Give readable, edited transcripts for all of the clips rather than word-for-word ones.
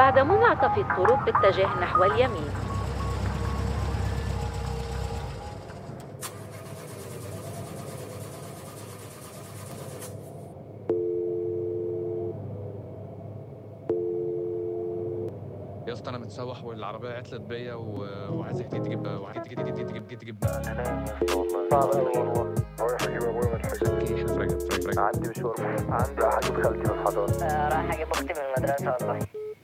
بعد منعطف الطرق اتجه نحو اليمين. يا اسطى انا متسوح والعربيه عطلت بيا وعايزك تيجي تجيب انا نايم يا اسطى والله صعب قوي والله. رايح اجيب ابويا من الحاجه. احنا فرق عندي مشوار مهم، عندي حاجه خالتي في الحضانه. رايح اجيب اختي من المدرسه والله.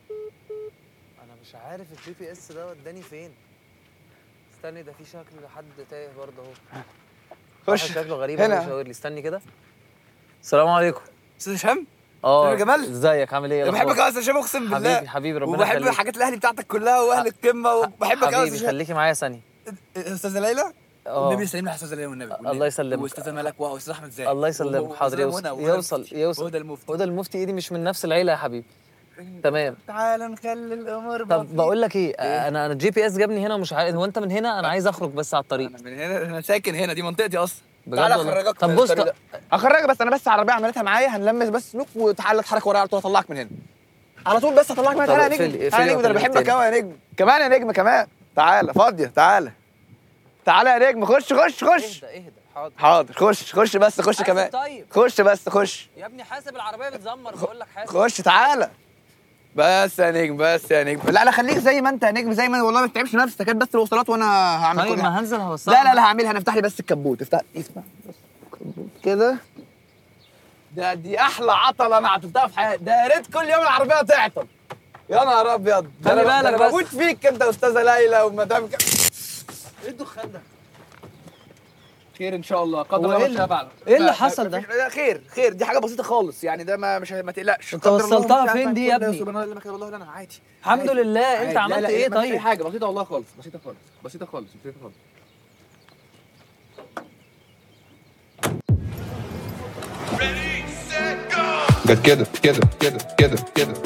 انا مش عارف الجي بي اس ده وداني فين. استني، ده في شكل حد تايه برضه اهو. خش شكله غريب هنا. قوي بيشاور لي. استني كده. السلام عليكم. استاذ هشام، اه يا جمال. ازيك؟ عامل ايه؟ انا بحبك قوي يا استاذ هشام، اقسم بالله. حبيبي ربنا وبحب يخليك. حاجات الاهلي بتاعتك كلها واهل القمه، وبحبك قوي يا حبيبي استاذ هشام. خليكي معايا ثانيه. استاذه ليلى، والنبي يسلم لي على استاذه ليلى والنبي. الله يسلمك. واستاذه ملك واستاذ احمد زاهد. الله يسلمك. حاضر يوصل. هدى المفتي. هدى المفتي ايدي مش من نفس العيله يا حبيبي. تمام. تعال نخلي الامور طب بقول لك ايه، انا الجي بي اس جابني هنا ومش عارف هو انت من هنا. انا عايز اخرج بس على الطريق. انا من هنا، انا ساكن هنا، دي منطقتي اصلا. بجد تعالى والله؟ اخرجك. طب بص اخرجك، بس انا بس عربيه عملتها معايا، هنلمس بس سلوك وتعالى اتحرك ورايا على طول، اطلعك من هنا على طول، بس هطلعك من هنا. تعالى يا نجم، تعالى يا نجم، ده انا بحبك قوي يا نجم. كمان يا نجم كمان. تعالى فاضيه، تعالى يا نجم. خش اهدى. حاضر. خش بس، خش كمان. طيب خش بس، خش يا ابني حاسب، العربيه بتزمر بقول لك حاسب. خش. تعالى بس يا نجم، لا خليك زي ما انت يا نجم، زي ما والله ما تتعبش نفسك، بس الوصلات وانا هعمل طيب كل ما هنزل هوصلك. لا هعملها انا. افتح لي بس الكبوت، اسمع بس الكبوت كده. دي احلى عطله انا عطلتها في حياتي. ده يا ريت كل يوم العربيه تعطل. يا نهار ابيض. خلي بالك انا بس. بموت فيك انت يا استاذه ليلى ومدام ايه الدخان ده؟ خير ان شاء الله، قدر الله ما شاء فعل. ايه اللي حصل ده؟ لا خير، دي حاجه بسيطه خالص يعني، ده ما تقلقش. انت وصلتها فين دي يا ابني؟ سبحان الله، والله انا عادي. الحمد لله. انت عملت ايه طيب؟ اي حاجه بسيطه والله خالص، بسيطه خالص. جت كده جت كده جت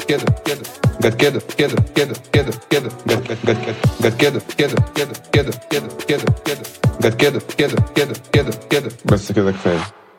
كده بس كده كفايه.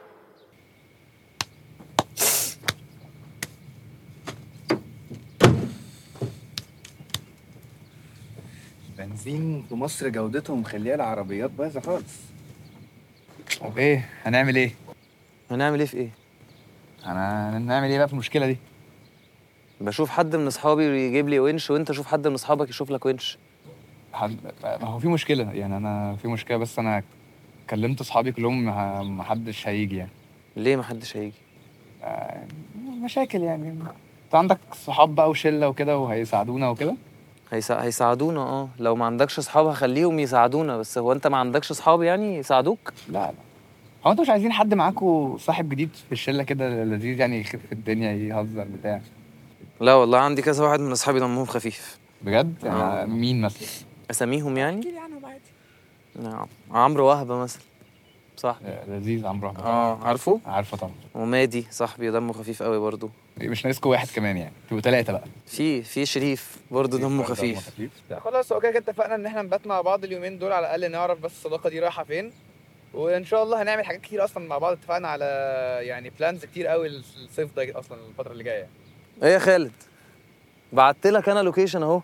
بنزين في مصر جودته مخليه العربيات بايظه خالص. طب ايه هنعمل ايه؟ هنعمل ايه في ايه؟ هنعمل ايه بقى في المشكله دي؟ بشوف حد من اصحابي يجيب لي ونش، وانت شوف حد من اصحابك يشوف لك ونش. ما هو في مشكله يعني، انا في مشكله، بس انا كلمت اصحابي كلهم ما حدش هيجي يعني. ليه ما حدش هيجي؟ مشاكل يعني. انت عندك صحاب بقى وشله وكده وهيساعدونا وكده. هيساعدونا لو ما عندكش اصحاب هخليهم يساعدونا، بس هو انت ما عندكش اصحاب يعني يساعدوك؟ لا هو انتوا مش عايزين حد معاكوا صاحب جديد في الشله كده لذيذ يعني، يخف الدنيا يهزر بتاع؟ لا والله عندي كذا واحد من اصحابي دمهم خفيف. بجد؟ يعني مين مثلا؟ اساميهم يعني؟ احكي لي عنهم عادي. نعم، عمرو وهبه مثلا صاحبي. لذيذ عمرو وهبه. عارفه طبعا. ومادي صاحبي دمه خفيف قوي برضو. مش ناقصكوا واحد كمان يعني، تبقوا 3 بقى. في شريف برضو دمه خفيف. لا خلاص، هو كده اتفقنا ان احنا نبات مع بعض اليومين دول على الاقل، نعرف بس الصداقه دي رايحه فين، وان شاء الله هنعمل حاجات كتير اصلا مع بعض. اتفقنا على يعني بلانز كتير قوي الصيف ده اصلا، الفتره اللي جايه. ايه يا خالد، بعت لك انا لوكيشن اهو.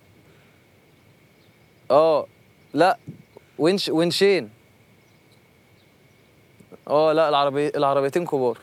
لا ونشين. لا العربيتين كبار.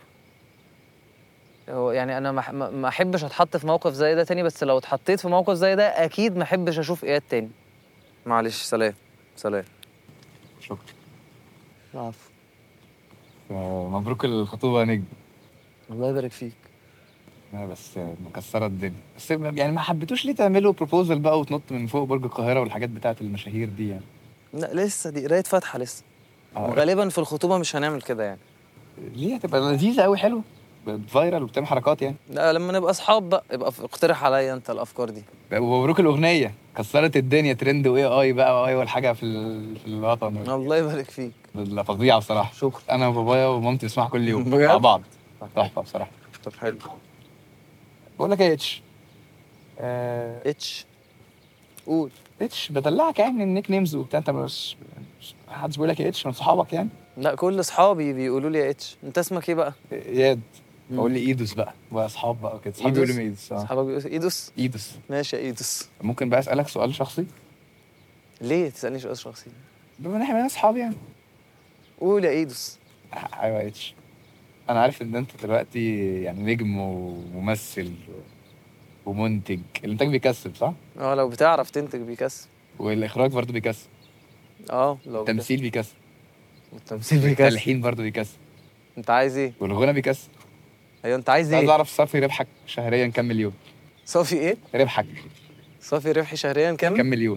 هو يعني انا ما احبش اتحط في موقف زي ده تاني، بس لو اتحطيت في موقف زي ده اكيد ما احبش اشوف اياد تاني. معلش، سلام. شكرا. العفو. مبروك الخطوبه يا نجم. الله يبارك فيك. بس مكسره الدنيا، بس يعني ما حبيتوش ليه تعملوا بروبوزل بقى وتنط من فوق برج القاهره والحاجات بتاعت المشاهير دي يعني؟ لا لسه، دي قرايه فاتحه لسه. وغالبا في الخطوبه مش هنعمل كده يعني. ليه؟ هتبقى لذيذه قوي، حلو، فايرال وبتعمل حركات يعني. لا لما نبقى اصحاب بقى يبقى اقترح عليا انت الافكار دي. ومبروك الاغنيه، كسرت الدنيا، ترند واي بقى واي والحاجه في الوطن. الله يبارك فيك. فظيعه بصراحه. شكرا. انا وبابايا ومامتي بنسمعها كل يوم بجد؟ مع بعض. تحفه بصراحه. طب حلو. بقول لك ايه اتش؟ اتش قول. اتش بدلعك يعني النيك نيمز وبتاع، انت مش حدش بيقول لك يا اتش من صحابك يعني؟ لا كل اصحابي بيقولوا لي يا اتش. انت اسمك ايه بقى؟ اياد. بقول لي ايدوس بقى اصحاب بقى كده، اصحابي إيدوس؟ بيقولوا لي ايدوس. اصحابك بيقولوا ايدوس؟ ايدوس. ماشي يا ايدوس. ممكن بقى اسالك سؤال شخصي؟ ليه تسالني سؤال شخصي؟ بما ان احنا اصحاب يعني. قول يا ايدوس. ايوه اتش، انا عارف ان انت دلوقتي يعني نجم وممثل ومنتج. الانتاج بيكسب صح؟ لو بتعرف تنتج بيكسب، والاخراج برضه بيكسب، لو التمثيل بيكسب، التمثيل بيكسب، التلحين برضه بيكسب، انت عايز ايه؟ والغنى بيكسب. ايوه انت عايز عايز ايه؟ اعرف صافي ربحك شهريا كام مليون؟ صافي ايه؟ ربحك صافي ربحي شهريا كام مليون؟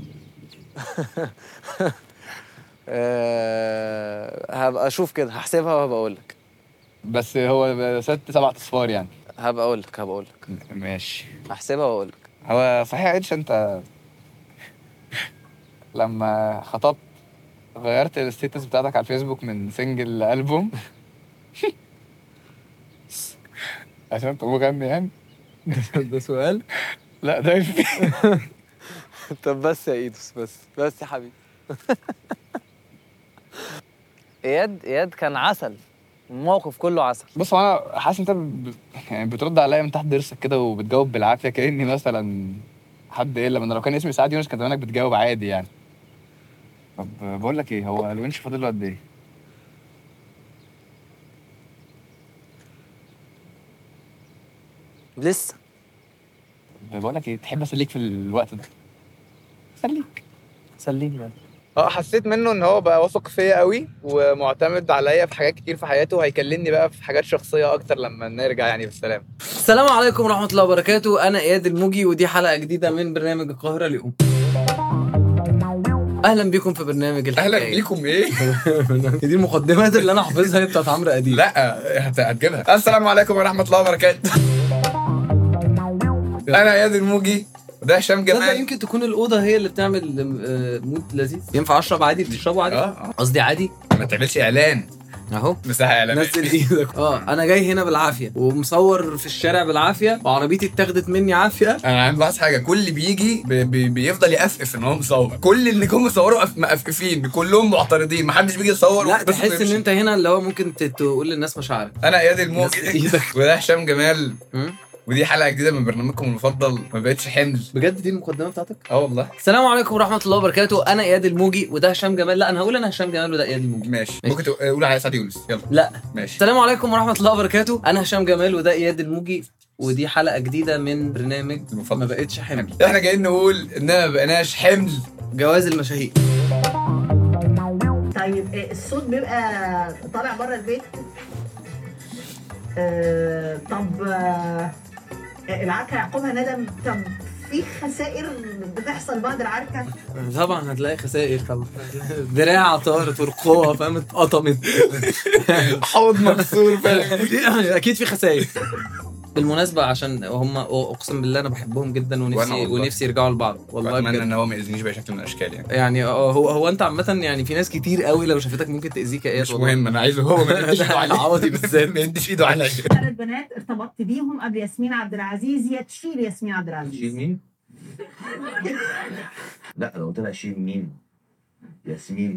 هبقى اشوف كده، هحسبها وهبقى اقول لك. بس هو 6-7 اصفار يعني. هبقى اقول لك ماشي، هحسبها واقول لك. هو صحيح اتش انت لما خطبت غيرت الستيتس بتاعتك على الفيسبوك من سنجل لألبوم عشان انت مغني يعني؟ ده سؤال؟ لا ده طب بس يا ايدوس، بس يا حبيبي. اياد كان عسل، الموقف كله عسل. بص، هو انا حاسس انت يعني بترد عليا من تحت ضرسك كده وبتجاوب بالعافيه كاني مثلا حد ايه. لما لو كان اسمي سعد يونس كان زمانك بتجاوب عادي يعني. طب بقول لك ايه، هو الونش فاضل له قد ايه؟ لسه. بقول لك ايه، تحب اسليك في الوقت ده؟ سليني يعني. حسيت منه ان هو بقى واثق فيا قوي ومعتمد عليا في حاجات كتير في حياته، وهيكلمني بقى في حاجات شخصيه اكتر لما نرجع يعني بالسلامه. السلام عليكم ورحمه الله وبركاته، انا اياد الموجي ودي حلقه جديده من برنامج القاهره اليوم. اهلا بيكم في برنامج الحكايه. اهلا بيكم ايه؟ دي المقدمات اللي انا حافظها هي بتاعت عمرو اديب. لا هتجيبها. السلام عليكم ورحمه الله وبركاته. انا اياد الموجي وده هشام جمال. يمكن تكون الاوضه هي اللي بتعمل مود لذيذ. ينفع اشرب عادي؟ بتشربوا عادي؟ قصدي عادي، ما تعملش اعلان اهو مساحه اعلان. نزل ايدك. انا جاي هنا بالعافيه ومصور في الشارع بالعافيه وعربيتي اتاخدت مني عافيه. انا عم بلاحظ حاجه، كل اللي بيجي بيفضل يقفقف ان هو مصور. كل اللي جم يصوروا مقفقفين، كلهم معترضين، محدش بيجي يصور. لا تحس ان انت هنا اللي هو ممكن تقول للناس مشاعرك. انا اياد الموجي وده هشام جمال، ودي حلقه جديده من برنامجكم المفضل ما بقتش حمل. بجد دي المقدمه بتاعتك؟ والله. السلام عليكم ورحمه الله وبركاته، انا اياد الموجي وده هشام جمال. لا انا هقول انا هشام جمال وده اياد الموجي. ماشي. ممكن تقول على سعد يونس. يلا. لا ماشي. السلام عليكم ورحمه الله وبركاته، انا هشام جمال وده اياد الموجي ودي حلقه جديده من برنامج المفضل. ما بقتش حمل. احنا جايين نقول اننا ما بقناش حمل. جواز المشاهير. طيب الصوت بيبقى طالع بره البيت. طب العركه يعقبها ندم. طب في خسائر بتحصل بعد العركه؟ طبعا هتلاقي خسائر طبعا. دراع طارت والقوه فاهم اتقطمت. حوض مكسور فاهم. اكيد في خسائر. بالمناسبه عشان هم اقسم بالله انا بحبهم جدا ونفسي يرجعوا لبعض والله. اتمنى ان هو ما يأذينيش باي شكل من الاشكال يعني هو انت عامه يعني في ناس كتير قوي لو شافتك ممكن تاذيك. ايه مش مهم، انا عايزه هو ما يديش ايده عليا. عوضي بالذات ما يديش ايده عليا. 3 بنات ارتبطت بيهم قبل ياسمين عبد العزيز، يا تشيل ياسمين عبد العزيز. شيل مين؟ لا لو طلع شيل مين؟ ياسمين.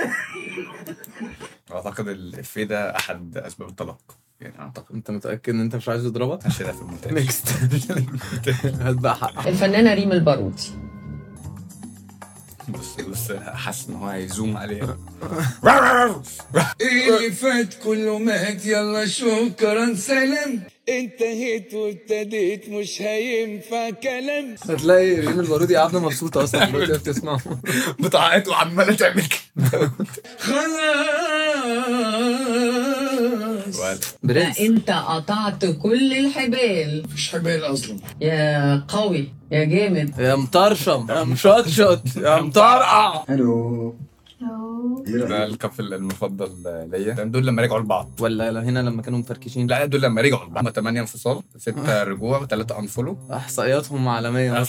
اعتقد الإفيه ده احد اسباب الطلاق يعني. اعتقد. انت متاكد ان انت مش عايز تضربها؟ هشيلها في المونتاج. نيكست. هات بقى حق. الفنانه ريم البارودي. بص حاسس ان هو هيزوم عليها. اللي فات كله مات، يلا شكرا سلام، انتهيت وابتديت مش هينفع كلام. هتلاقي ريم البارودي قاعده مبسوطه اصلا دلوقتي بتسمعه. بتعيط وعماله تعمل كده. برنس. انت قطعت كل الحبال. مفيش حبال اصلا. يا قوي يا جامد يا مطرشم يا مشطشط يا مطرقع. الو. ده الكابل المفضل ليا. دول لما رجعوا لبعض ولا هنا لما كانوا مفركشين؟ لا دول لما رجعوا لبعض. 8 انفصال، 6 رجوع و3 انفولو. احصائياتهم عالميه.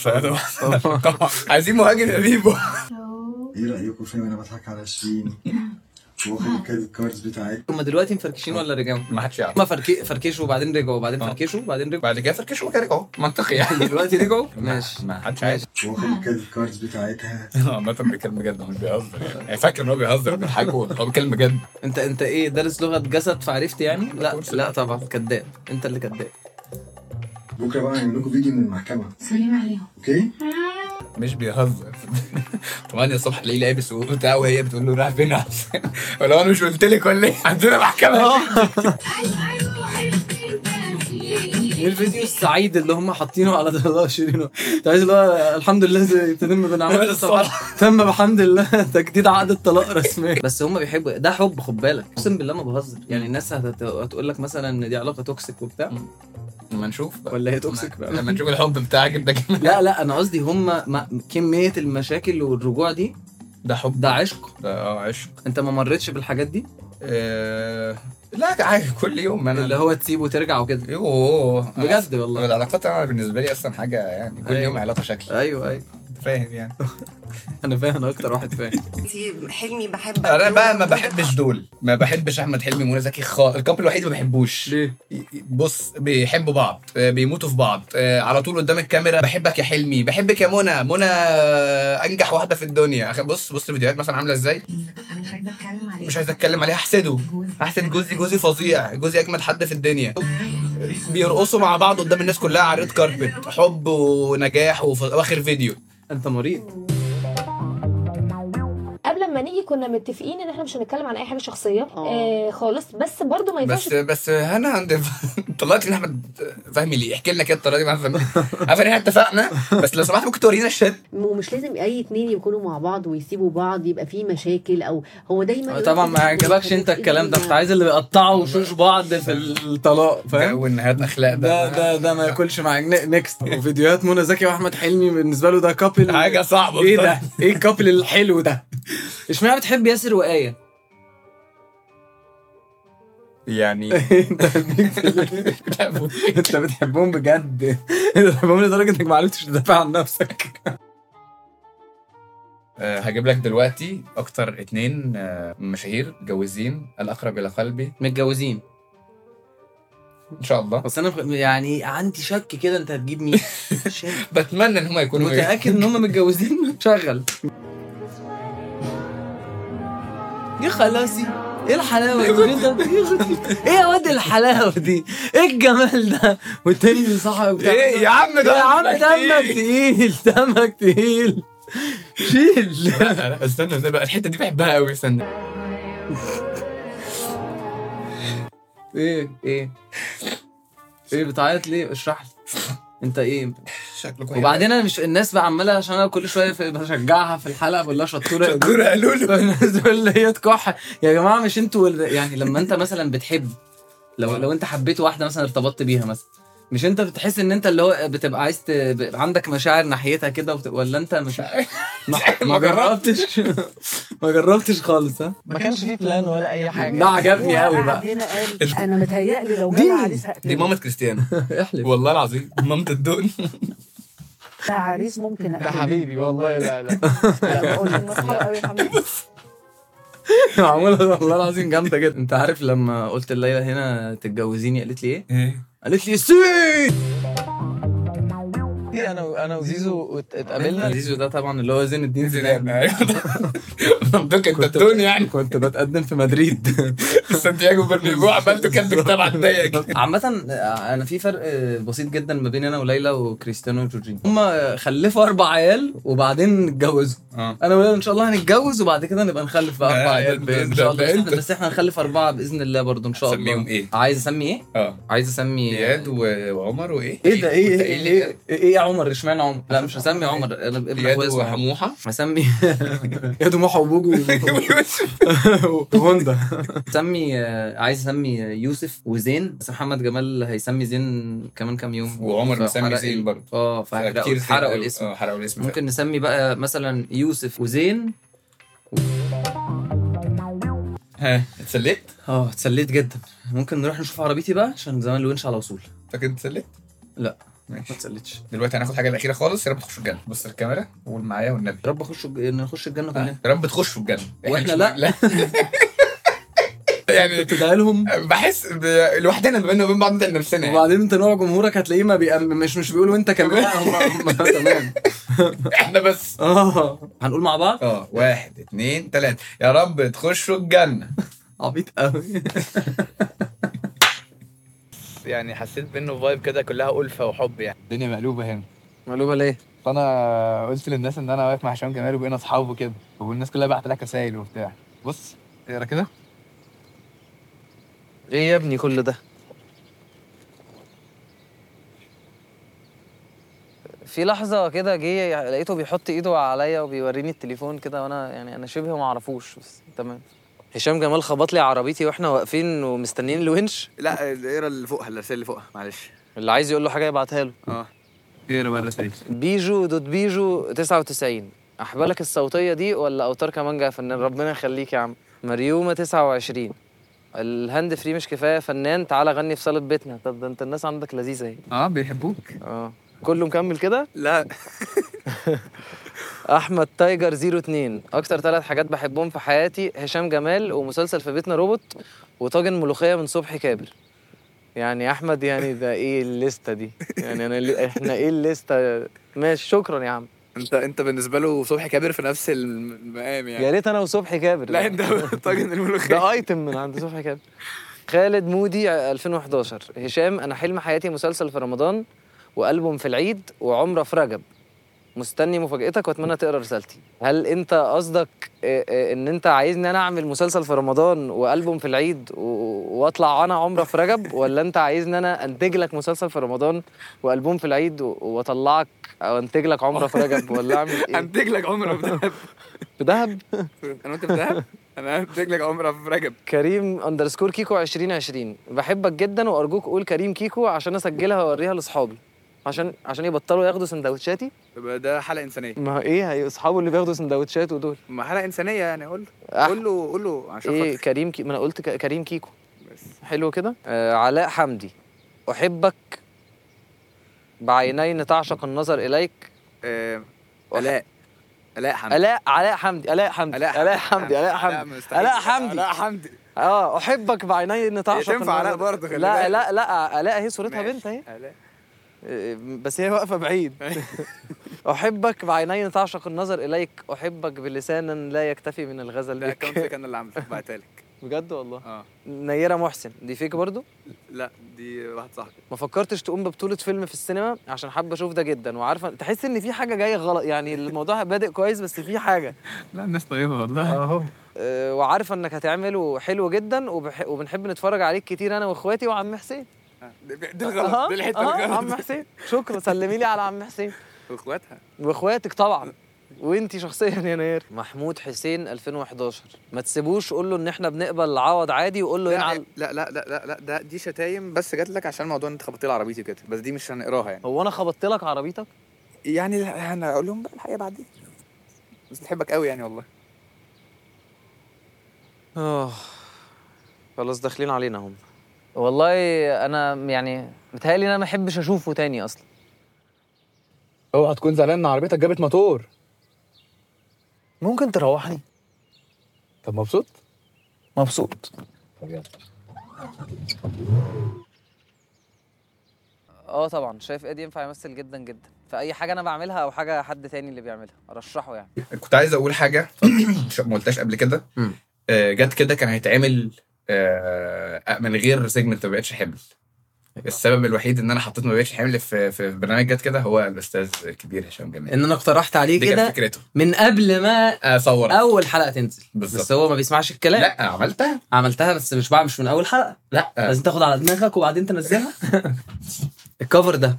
عايزين مهاجم يا بيبو. ايه رايكم فيا وانا بضحك على شيرين؟ واخد الكريدت كاردز بتاعتك. هما دلوقتي مفركشين ولا رجعوا؟ ما حدش يعرف. هما فركشوا وبعدين رجعوا وبعدين فركشوا وبعدين رجعوا بعد كده فركشوا ورجعوا، منطقي يعني. دلوقتي رجعوا ماشي. ما حدش عارف. واخد الكريدت كاردز بتاعتها. عامة بيتكلم بجد، هو مش بيهزر يعني فاكر ان هو بيهزر بيضحكوا، هو بيتكلم بجد. انت ايه دارس لغه جسد فعرفت يعني؟ لا طبعا كذاب، انت اللي كذاب. بكره بقى هنعمل لكم فيديو من المحكمه. سلام عليهم. اوكي؟ مش بيهزر. 8 الصبح تلاقيه لابس وبتاع وهي بتقول له رايح فين احسن؟ ولا انا مش قلت لك ولا ايه؟ عندنا محكمه. ايه الفيديو السعيد اللي هم حاطينه على الله شيرينه؟ انت عايز اللي هو الحمد لله تتم بنعمه الصباح، تم بحمد الله تجديد عقد الطلاق رسميا. بس هم بيحبوا ده حب، خد بالك اقسم بالله ما بهزر يعني. الناس هتقول لك مثلا ان دي علاقه توكسيك وبتاع، لما نشوف ولا هي توكسيك بقى لما نشوف الحب بتاعك ده. لا انا قصدي هم كميه المشاكل والرجوع دي ده حب، ده عشق. ده عشق. انت ما مريتش بالحاجات دي؟ لا عادي كل يوم انا اللي هو تسيب وترجع وكده. يوه بجد والله العلاقات انا بالنسبه لي اصلا حاجه يعني كل يوم علاقه شكل. ايوه فاهم يعني. انا فاهم، انا اكتر واحد فاهم. حلمي بحب انا بقى ما بحبش دول، ما بحبش احمد حلمي ومنى زكي الكابل الوحيد ما بحبوش. ليه؟ بص بيحبوا بعض، بيموتوا في بعض على طول قدام الكاميرا. بحبك يا حلمي، بحبك يا منى انجح واحده في الدنيا. بص الفيديوهات مثلا عامله ازاي. مش عايز اتكلم عليها. احسد جوزي فظيع، جوزي اجمد حد في الدنيا. بيرقصوا مع بعض قدام الناس كلها على الريد كاربت، حب ونجاح واخر فيديو. انت مريض. قبل ما نيجي كنا متفقين ان احنا مش هنتكلم عن اي حاجه شخصيه خالص، بس برضو ما ينفعش. بس هنا عند طلعت ان احمد فهمي ليه احكي لنا كده الطريقه دي مع فهمي. عارف ان احنا اتفقنا، بس لو سمحت ممكن تورينا الشات. ومش لازم اي اتنين يكونوا مع بعض ويسيبوا بعض يبقى فيه مشاكل، او هو دايما طبعا ما عجبكش انت الكلام ده. انت عايز اللي بيقطعوا وشوش بعض في الطلاق، فاهم؟ والنهايات اخلاق ده ما ياكلش معاك. نيكست. وفيديوهات منى زكي واحمد حلمي بالنسبه له ده كابل حاجه صعبه. ايه ده؟ ايه الكابل الحلو ده؟ اشمعنى بتحب ياسر وآية؟ يعني انت بتحبهم بجد؟ انت بتحبهم لدرجه انك ما عرفتش تدافع عن نفسك. هجيب لك دلوقتي اكتر 2 مشاهير متجوزين الاقرب الى قلبي. متجوزين ان شاء الله. بس انا يعني عندي شك كده انت هتجيب مين. بتمنى ان هم يكونوا متاكد ان هم متجوزين. شغل يا خلاصي. ايه الحلاوه دي؟ ايه يا واد الحلاوه دي؟ ايه الجمال ده؟ والتاني صاحبك بتاع ايه يا عم ده؟ يا عم دمك تقيل، دمك تقيل. شيل. لا استنى بقى، الحته دي بحبها قوي. استنى. ايه بتعيط ليه؟ اشرح لي انت ايه شكله كويس. وبعدين انا مش الناس بقى عماله عشان انا كل شويه بشجعها في الحلقه بقول لها شطوره قالوا له. الناس تقول لي هي تكح. يا جماعه مش انتوا يعني لما انت مثلا بتحب، لو انت حبيت واحده مثلا ارتبطت بيها مثلا، مش انت بتحس ان انت اللي هو بتبقى عايز عندك مشاعر ناحيتها كده ولا انت مش ما جربتش؟ ما جربتش خالص. ها ما كانش فيه بلان ولا اي حاجه. ده عجبني قوي بقى. انا متهيألي لو جالي عريس دي مامة كريستيانو. احلف والله العظيم مامة الدون. ده عريس ممكن ده حبيبي والله. لا بقول لك اصحاب قوي يا حبيبي. معموله والله العظيم جامده جدا. انت عارف لما قلت ليلى هنا تتجوزيني قالت لي ايه؟ قالت لي سي. انا وزيزو اتقابلنا. زيزو ده طبعا اللي هو زين الدين زيدان. منطقة انت الدون يعني. كنت بتقدم في مدريد. سانتياغو برنابيو عملته كاتب كتاب على الضيق. عامة انا في فرق بسيط جدا ما بين انا وليلى وكريستيانو وجورجين. هم خلفوا 4 عيال وبعدين اتجوزوا. انا وليلى ان شاء الله هنتجوز وبعد كده نبقى نخلف بقى 4 عيال ان شاء الله. بس احنا هنخلف 4 باذن الله برضو ان شاء الله. اسميهم ايه؟ عايز اسمي ايه؟ عايز اسمي اياد وعمر وايه؟ ايه ده؟ ايه يا عمر؟ اشمعنى عمر؟ لا مش هسمي عمر، انا ابن اخويا اسمه حموحه. هسمي اياد وموحه وبوجو وهوندا. سمي عايز اسمي يوسف وزين، بس محمد جمال هيسمي زين كمان كام يوم. وعمر مسمي زين برضه. فحرقوا الاسم. حرقوا الاسم. ممكن نسمي بقى مثلا يوسف وزين. اتسليت؟ اتسليت جدا. ممكن نروح نشوف عربيتي بقى عشان زمان الونش على وصول. فاكر اتسليت؟ لا ماشي. ما اتسليتش. دلوقتي هناخد حاجه الاخيره خالص. يا رب تخشوا الجنه. بص الكاميرا وقول معايا والنبي. يا رب نخش الجنه كلنا. يا رب تخشوا الجنه واحنا لا. يعني تدعي لهم بحس لوحدنا بيننا وبين بعض نفسنا يعني. وبعدين انت نوع جمهورك هتلاقيه ما مش بيقولوا انت كمان. تمام احنا بس هنقول مع بعض 1 2 3 يا رب تخشوا الجنة. عبيط قوي. يعني حسيت بانه فايب كده كلها ألفة وحب يعني. الدنيا مقلوبة هنا. مقلوبة ليه؟ فانا قلت للناس ان انا واقف مع هشام جمال وبقينا اصحاب وكده، والناس كلها بعت لك رسايل وبتاع. بص اقرا كده. ايه يا ابني كل ده؟ في لحظة كده جه لقيته بيحط ايده عليا وبيوريني التليفون كده، وانا يعني انا شبه ما اعرفوش، بس تمام. هشام جمال خبط لي عربيتي واحنا واقفين ومستنيين الونش. لا اقرا اللي فوقها، الرسائل اللي فوقها معلش. اللي عايز يقول له حاجة يبعتها له. اقرا بقى الرسائل. بيجو 99 احبالك الصوتية دي ولا اوتار كمانجا يا فنان؟ ربنا يخليك يا عم. مريومة 29 الهاند فري مش كفاية فنان، تعالى غني في صالة بيتنا. طب ده انت الناس عندك لذيذة اهي. بيحبوك. كله مكمل كده؟ لا. احمد تايجر 02 اكتر 3 حاجات بحبهم في حياتي هشام جمال ومسلسل في بيتنا روبوت وطاجن ملوخية من صبحي كابر. يعني احمد يعني ده ايه الليستة دي؟ يعني احنا ايه الليستة؟ ماشي شكرا يا عم. انت بالنسبه له صبحي كابر في نفس المقام يعني. يا ريت انا وصبحي كابر. لا انت طاجن الملوخيه ده ايتم من عند صبحي كابر. خالد مودي 2011 هشام انا حلم حياتي مسلسل في رمضان وألبوم في العيد وعمرة في رجب، مستني مفاجأتك واتمنى تقرا رسالتي. هل انت قصدك ان انت عايزني انا اعمل مسلسل في رمضان وألبوم في العيد واطلع انا عمرة في رجب، ولا انت عايزني انا انتج لك مسلسل في رمضان وألبوم في العيد واطلعك او انتج لك عمرة في رجب، ولا اعمل ايه؟ انتج لك عمرة في دهب. في دهب؟ انا انت في دهب؟ انا انتج لك عمرة في رجب. كريم _ كيكو 2020 بحبك جدا وارجوك قول كريم كيكو عشان اسجلها واوريها لاصحابي عشان يبطلوا ياخدوا سندوتشاتي. يبقى ده حلقه انسانيه. ما ايه هي اصحابه اللي بياخدوا سندوتشات ودول؟ ما حلقه انسانيه يعني. قول له عشان ايه كريم ما انا قلت كريم كيكو بس. حلو كده. علاء حمدي احبك بعينين تعشق النظر اليك. علاء حمدي احبك بعينين تعشق النظر. ينفع علاء برضه؟ لا علاء اهي صورتها بنت اهي بس هي واقفه بعيد. احبك بعينين تعشق النظر اليك احبك بلسان لا يكتفي من الغزل بك. ده كان فيك انا اللي عملته بعتها لك بجد والله. نيرة محسن دي فيك برضو؟ لا دي واحد صاحبي. ما فكرتش تقوم ببطولة فيلم في السينما عشان حابة اشوف ده جدا وعارفه تحس ان في حاجة جاية غلط يعني الموضوع بادئ كويس بس في حاجة. لا الناس طيبة والله اهو. وعارفة انك هتعمله حلو جدا وبنحب نتفرج عليك كتير انا واخواتي وعم حسين. دي الغلط دي الحتة الغلط. عم حسين شكرا سلمي لي على عم حسين واخواتك طبعا وانتي شخصيا يا نير. محمود حسين 2011 ما تسيبوش قول له ان احنا بنقبل العوض عادي وقول له ينعل. لا دي شتايم بس جات لك عشان موضوع ان انت خبطت لي عربيتي كده، بس دي مش هنقراها يعني. هو انا خبطت لك عربيتك يعني انا اقول لهم بقى الحقيقه بعدين، بس بحبك قوي يعني والله. خلاص داخلين علينا هم. والله انا يعني متهيألي انا ما احبش اشوفه تاني اصلا. اوعى تكون زعلان ان عربيتك جابت موتور. ممكن تروحني؟ طب مبسوط؟ مبسوط. طب يلا. طبعا شايف ايدي ينفع يمثل جدا جدا في اي حاجه انا بعملها او حاجه حد تاني اللي بيعملها ارشحه يعني. كنت عايز اقول حاجه ما قلتهاش قبل كده. جت كده كان هيتعمل من غير سيجمنت ما بقتش حمل. السبب الوحيد ان انا حطيت ما بقتش حمل في برنامج جت كده هو الاستاذ الكبير هشام جمال، ان انا اقترحت عليه كده من قبل ما اصور اول حلقه تنزل بالزبط. بس هو ما بيسمعش الكلام. لا عملتها بس مش من اول حلقه. لا لازم تاخد على دماغك وبعدين تنزلها. الكفر ده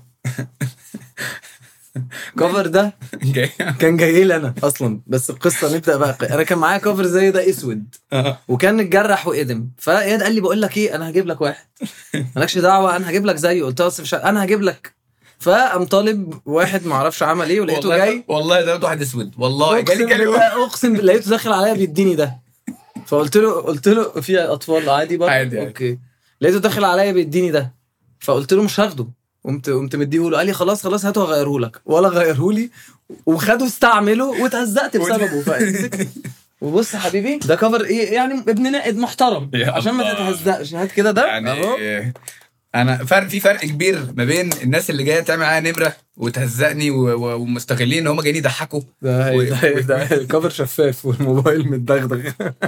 كفر ده كان جاي لي انا اصلا، بس القصه نبدا بقى. انا كان معايا كفر زي ده اسود وكان اتجرح وقدم، فاياد قال لي بقول لك ايه انا هجيب لك واحد مالكش دعوه انا هجيب لك زيه. قلت له بس انا هجيب لك، فقام طالب واحد ما اعرفش عمل ايه ولقيته جاي والله ده واحد اسود والله جالي اقسم بالله لقيته داخل عليا بيديني ده، فقلت له في اطفال عادي برضه عادي اوكي. لقيته داخل عليا بيديني ده فقلت له مش هاخده، قمت مديه له. قال لي خلاص هاته هغيره لك، ولا غيره لي وخده استعمله واتهزقت بسببه. وبص يا حبيبي ده كفر ايه يعني ابن نائد محترم عشان ما تتهزقش. هات كده ده يعني اهو. انا في فرق كبير ما بين الناس اللي جايه تعمل معايا نمره وتهزقني ومستغلين ان هم جايين يضحكوا. ده الكفر شفاف والموبايل متدغدغ.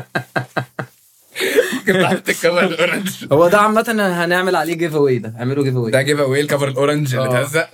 الكفر الاورنج هو ده عامه هنعمل عليه جيف اواي. ده اعملوا جيف اواي. ده جيف اواي الكفر الاورنج اللي اتهزق.